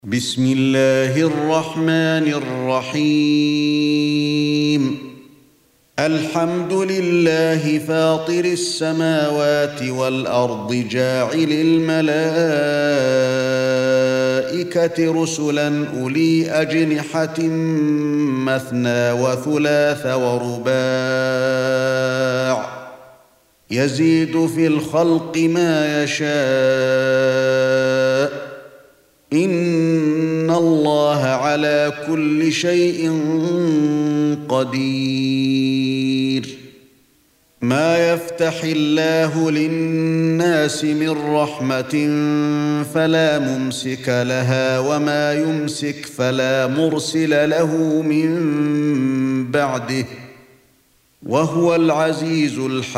بسم الله الرحمن الرحيم الحمد لله فاطر السماوات والأرض جاعل الملائكة رسلا أولي أجنحة مثنى وثلاث ورباع يزيد في الخلق ما يشاء إن الله على كل شيء قدير ما يفتح الله للناس من رحمة فلا ممسك لها وما يمسك فلا مرسل له من بعده وهو العزيز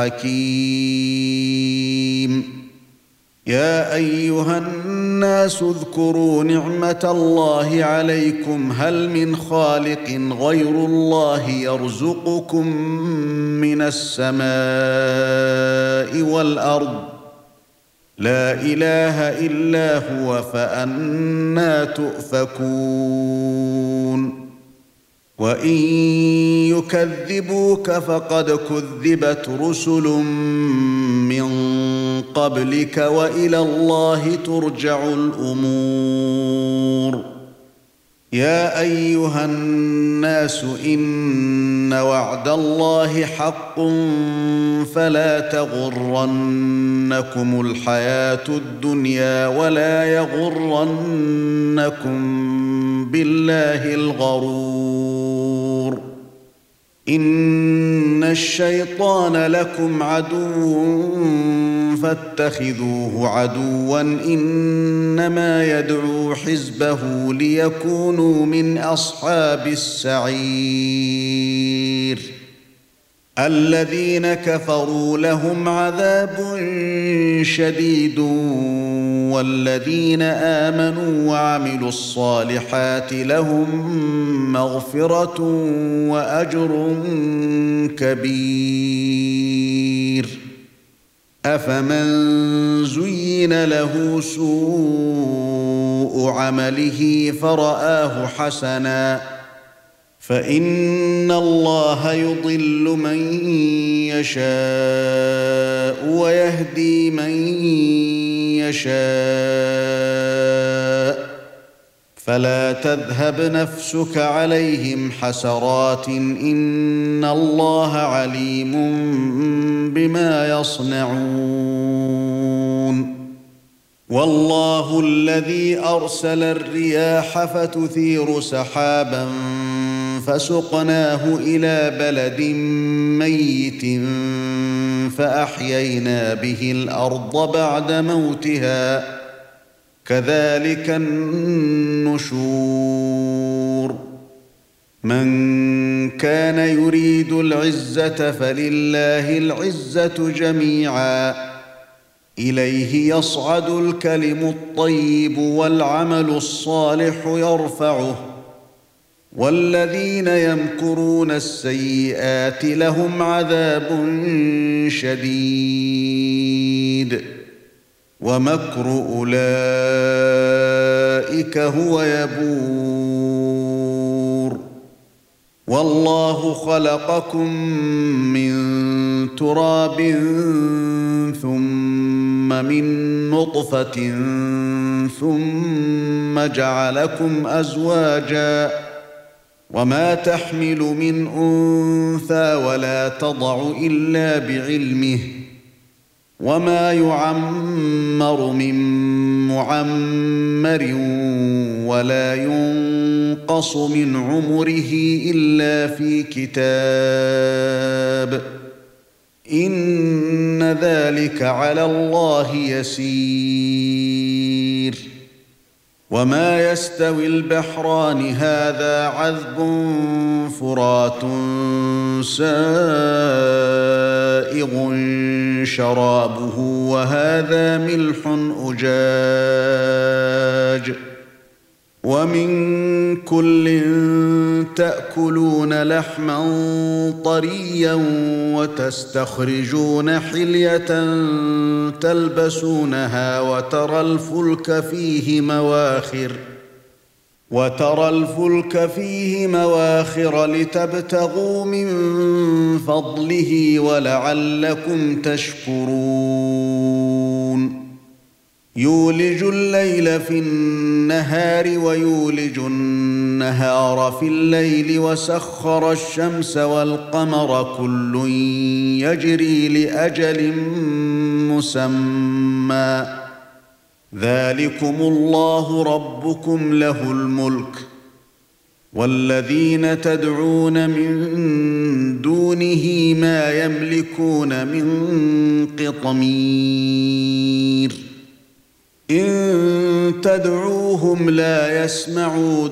الحكيم يا أيها الناس اذكروا نعمة الله عليكم هل من خالق غير الله يرزقكم من السماء والأرض لا إله إلا هو فأنى تؤفكون وإن يكذبوك فقد كذبت رسل من قبلك وإلى الله ترجع الأمور يا أيها الناس إن وعد الله حق فلا تغرنكم الحياة الدنيا ولا يغرنكم بالله الغرور إن الشيطان لكم عدو فاتخذوه عدوا إنما يدعو حزبه ليكونوا من أصحاب السعير الذين كفروا لهم عذاب شديد والذين آمنوا وعملوا الصالحات لهم مغفرة وأجر كبير أفمن زين له سوء عمله فرآه حسنا فإن الله يضل من يشاء ويهدي من يشاء فلا تذهب نفسك عليهم حسرات إن الله عليم بما يصنعون والله الذي أرسل الرياح فتثير سحابا فسقناه إلى بلد ميت فأحيينا به الأرض بعد موتها كذلك النشور من كان يريد العزة فلله العزة جميعا إليه يصعد الكلم الطيب والعمل الصالح يرفعه والذين يمكرون السيئات لهم عذاب شديد ومكر أولئك هو يبور والله خلقكم من تراب ثم من نطفة ثم جعلكم أزواجا وما تحمل من أنثى ولا تضع إلا بعلمه وما يعمر من معمر ولا ينقص من عمره إلا في كتاب إن ذلك على الله يسير وما يستوي البحران هذا عذب فرات سائغ شرابه وهذا ملح أجاج ومن كل تأكلون لحما طريا وتستخرجون حلية تلبسونها وترى الفلك فيه مواخر وترى الفلك فيه مواخر لتبتغوا من فضله ولعلكم تشكرون يولج الليل في النهار ويولج النهار في الليل وسخر الشمس والقمر كل يجري لأجل مسمى ذلكم الله ربكم له الملك والذين تدعون من دونه ما يملكون من قطمير إن تدعوهم لا يسمعوا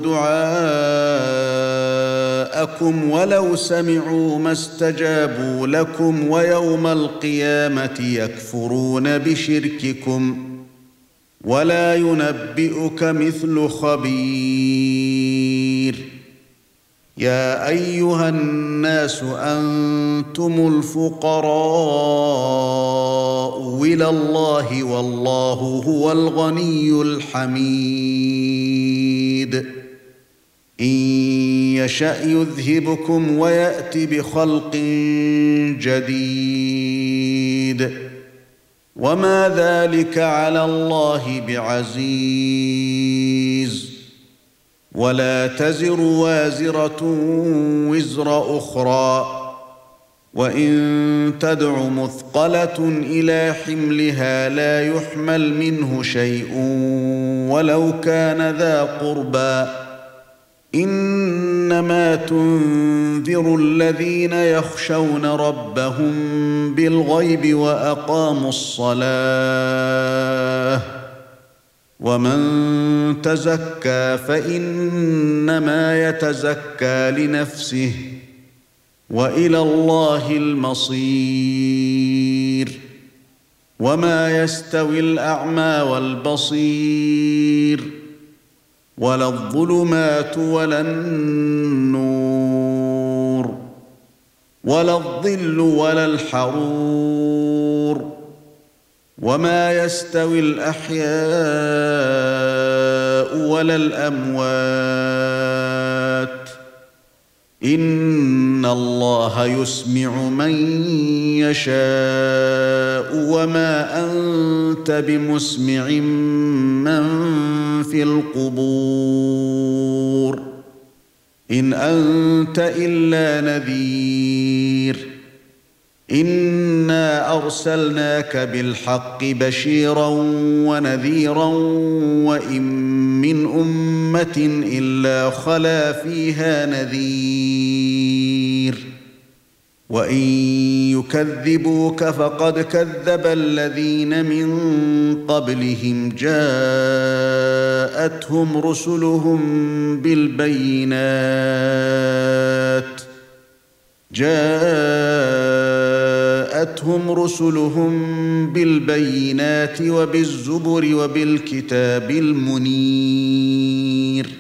دعاءكم ولو سمعوا ما استجابوا لكم ويوم القيامة يكفرون بشرككم ولا ينبئك مثل خبير يا أيها الناس أنتم الفقراء إلى الله والله هو الغني الحميد إن يشأ يذهبكم ويأت بخلق جديد وما ذلك على الله بعزيز ولا تزر وازرة وزر أخرى وإن تدع مثقلة إلى حملها لا يحمل منه شيء ولو كان ذا قربى إنما تنذر الذين يخشون ربهم بالغيب وأقاموا الصلاة ومن تزكى فإنما يتزكى لنفسه وإلى الله المصير وما يستوي الأعمى والبصير ولا الظلمات ولا النور ولا الظل ولا الحرور وما يستوي الأحياء ولا الأموات إن الله يسمع من يشاء وما أنت بمسمع من في القبور إن أنت إلا نذير إنا أرسلناك بالحق بشيرا ونذيرا وإن من أمة إلا خلا فيها نذير وإن يكذبوك فقد كذب الذين من قبلهم جاءتهم رسلهم بالبينات وبالزبر وبالكتاب المنير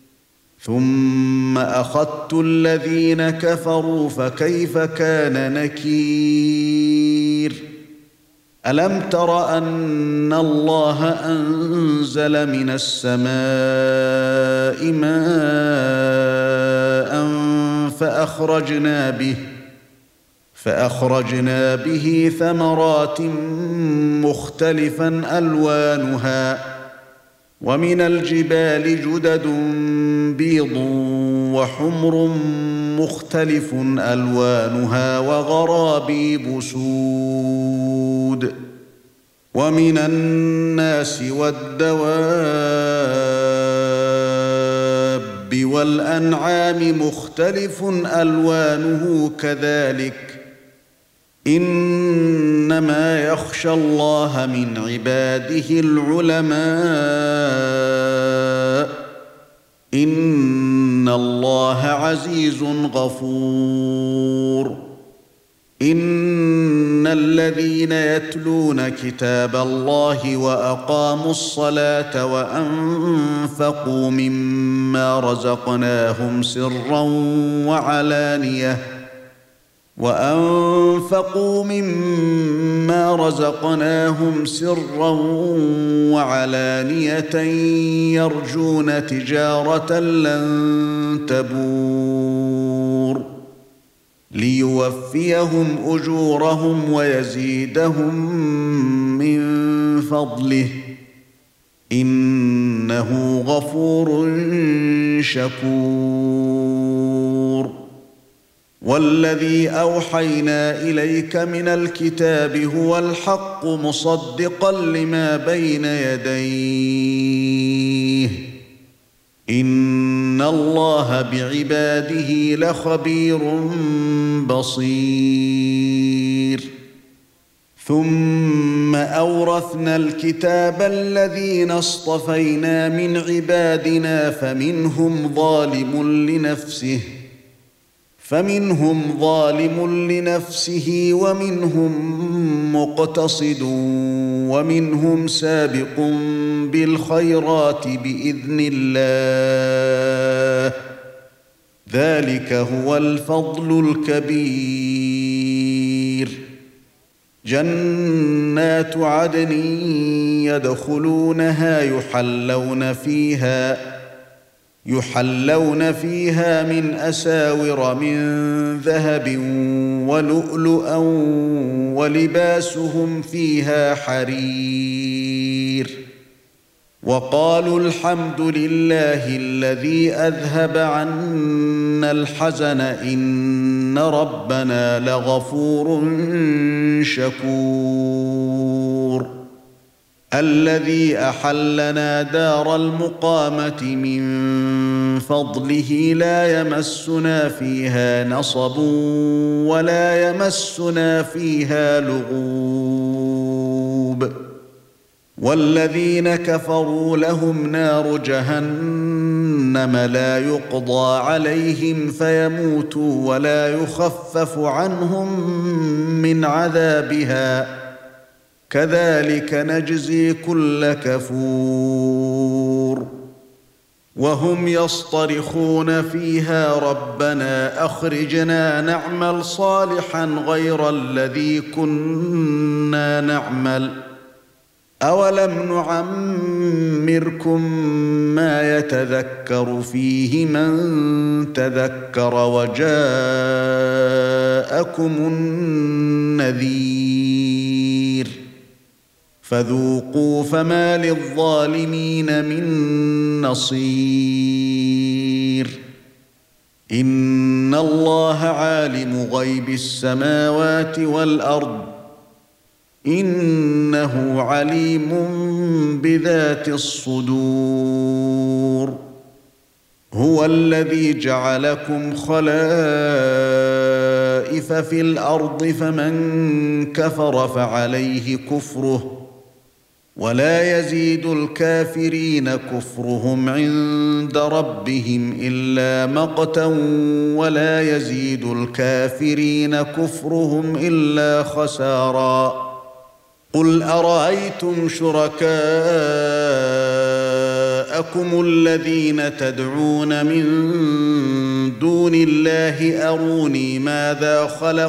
ثم أخذت الذين كفروا فكيف كان نكير ألم تر أن الله أنزل من السماء ماء فأخرجنا به ثمرات مختلفا ألوانها ومن الجبال جدد بيض وحمر مختلف ألوانها وغرابيب سود ومن الناس والدواب والأنعام مختلف ألوانه كذلك إنما يخشى الله من عباده العلماء إن الله عزيز غفور إن الذين يتلون كتاب الله وأقاموا الصلاة وأنفقوا مما رزقناهم سرا وأنفقوا مما رزقناهم سرا وعلانية يرجون تجارة لن تبور ليوفيهم أجورهم ويزيدهم من فضله إنه غفور شكور والذي أوحينا إليك من الكتاب هو الحق مصدقا لما بين يديه إن الله بعباده لخبير بصير ثم أورثنا الكتاب الذين اصطفينا من عبادنا فمنهم ظالم لنفسه ومنهم مقتصد ومنهم سابق بالخيرات بإذن الله ذلك هو الفضل الكبير جنات عدن يدخلونها يحلون فيها من أساور من ذهب ولؤلؤا ولباسهم فيها حرير وقالوا الحمد لله الذي أذهب عنا الحزن إن ربنا لغفور شكور الذي أحلنا دار المقامة من فضله لا يمسنا فيها نصب ولا يمسنا فيها لغوب والذين كفروا لهم نار جهنم لا يقضى عليهم فيموتوا ولا يخفف عنهم من عذابها كذلك نجزي كل كفور وهم يصطرخون فيها ربنا أخرجنا نعمل صالحا غير الذي كنا نعمل أولم نعمركم ما يتذكر فيه من تذكر وجاءكم النذير فذوقوا فما للظالمين من نصير إن الله عالم غيب السماوات والأرض إنه عليم بذات الصدور هو الذي جعلكم خلائف في الأرض فمن كفر فعليه كفره ولا يزيد الكافرين كفرهم عند ربهم إلا مقتا ولا يزيد الكافرين كفرهم إلا خسارا قل أرأيتم شركاءكم الذين تدعون من دون الله أروني ماذا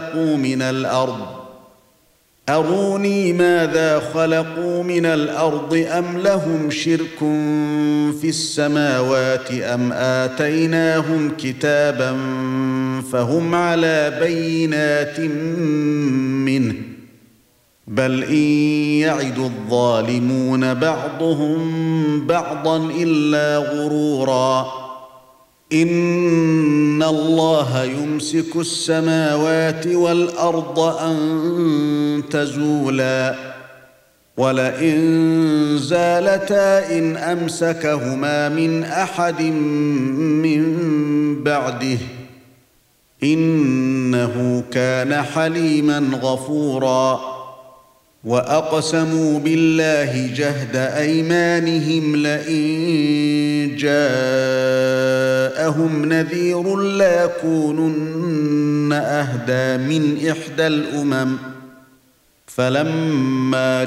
خلقوا من الأرض أم لهم شرك في السماوات أم آتيناهم كتابا فهم على بينات منه بل إن يعد الظالمون بعضهم بعضا إلا غرورا إن الله يمسك السماوات والأرض أن تزولا ولئن زالتا إن أمسكهما من أحد من بعده إنه كان حليما غفورا وأقسموا بالله جهد أيمانهم لئن جاءهم نذير ليكونن أهدى من إحدى الأمم فلما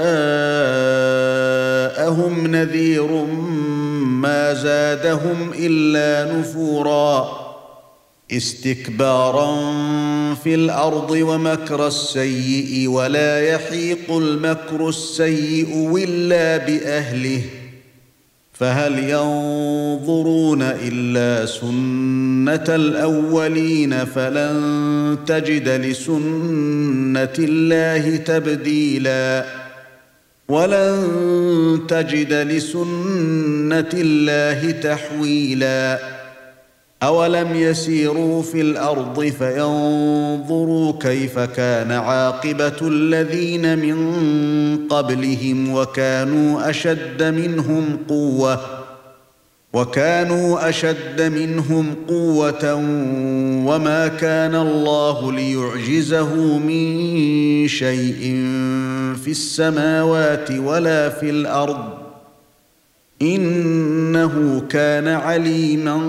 جاءهم نذير ما زادهم إلا نفورا استكبارا في الارض ومكر السيئ ولا يحيق المكر السيئ الا باهله فهل ينظرون الا سنه الاولين فلن تجد لسنه الله تبديلا ولن تجد لسنه الله تحويلا أولم يسيروا في الأرض فينظروا كيف كان عاقبة الذين من قبلهم وكانوا أشد منهم قوة وما كان الله ليعجزه من شيء في السماوات ولا في الأرض إنه كان عليما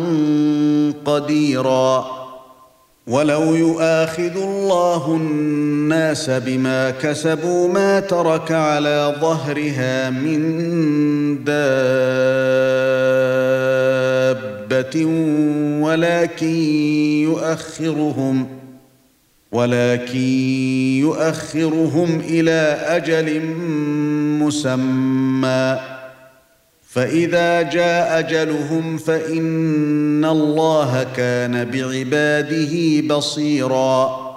قديرا ولو يؤاخذ الله الناس بما كسبوا ما ترك على ظهرها من دابة ولكن يؤخرهم إلى أجل مسمى فإذا جاء أجلهم فإن الله كان بعباده بصيراً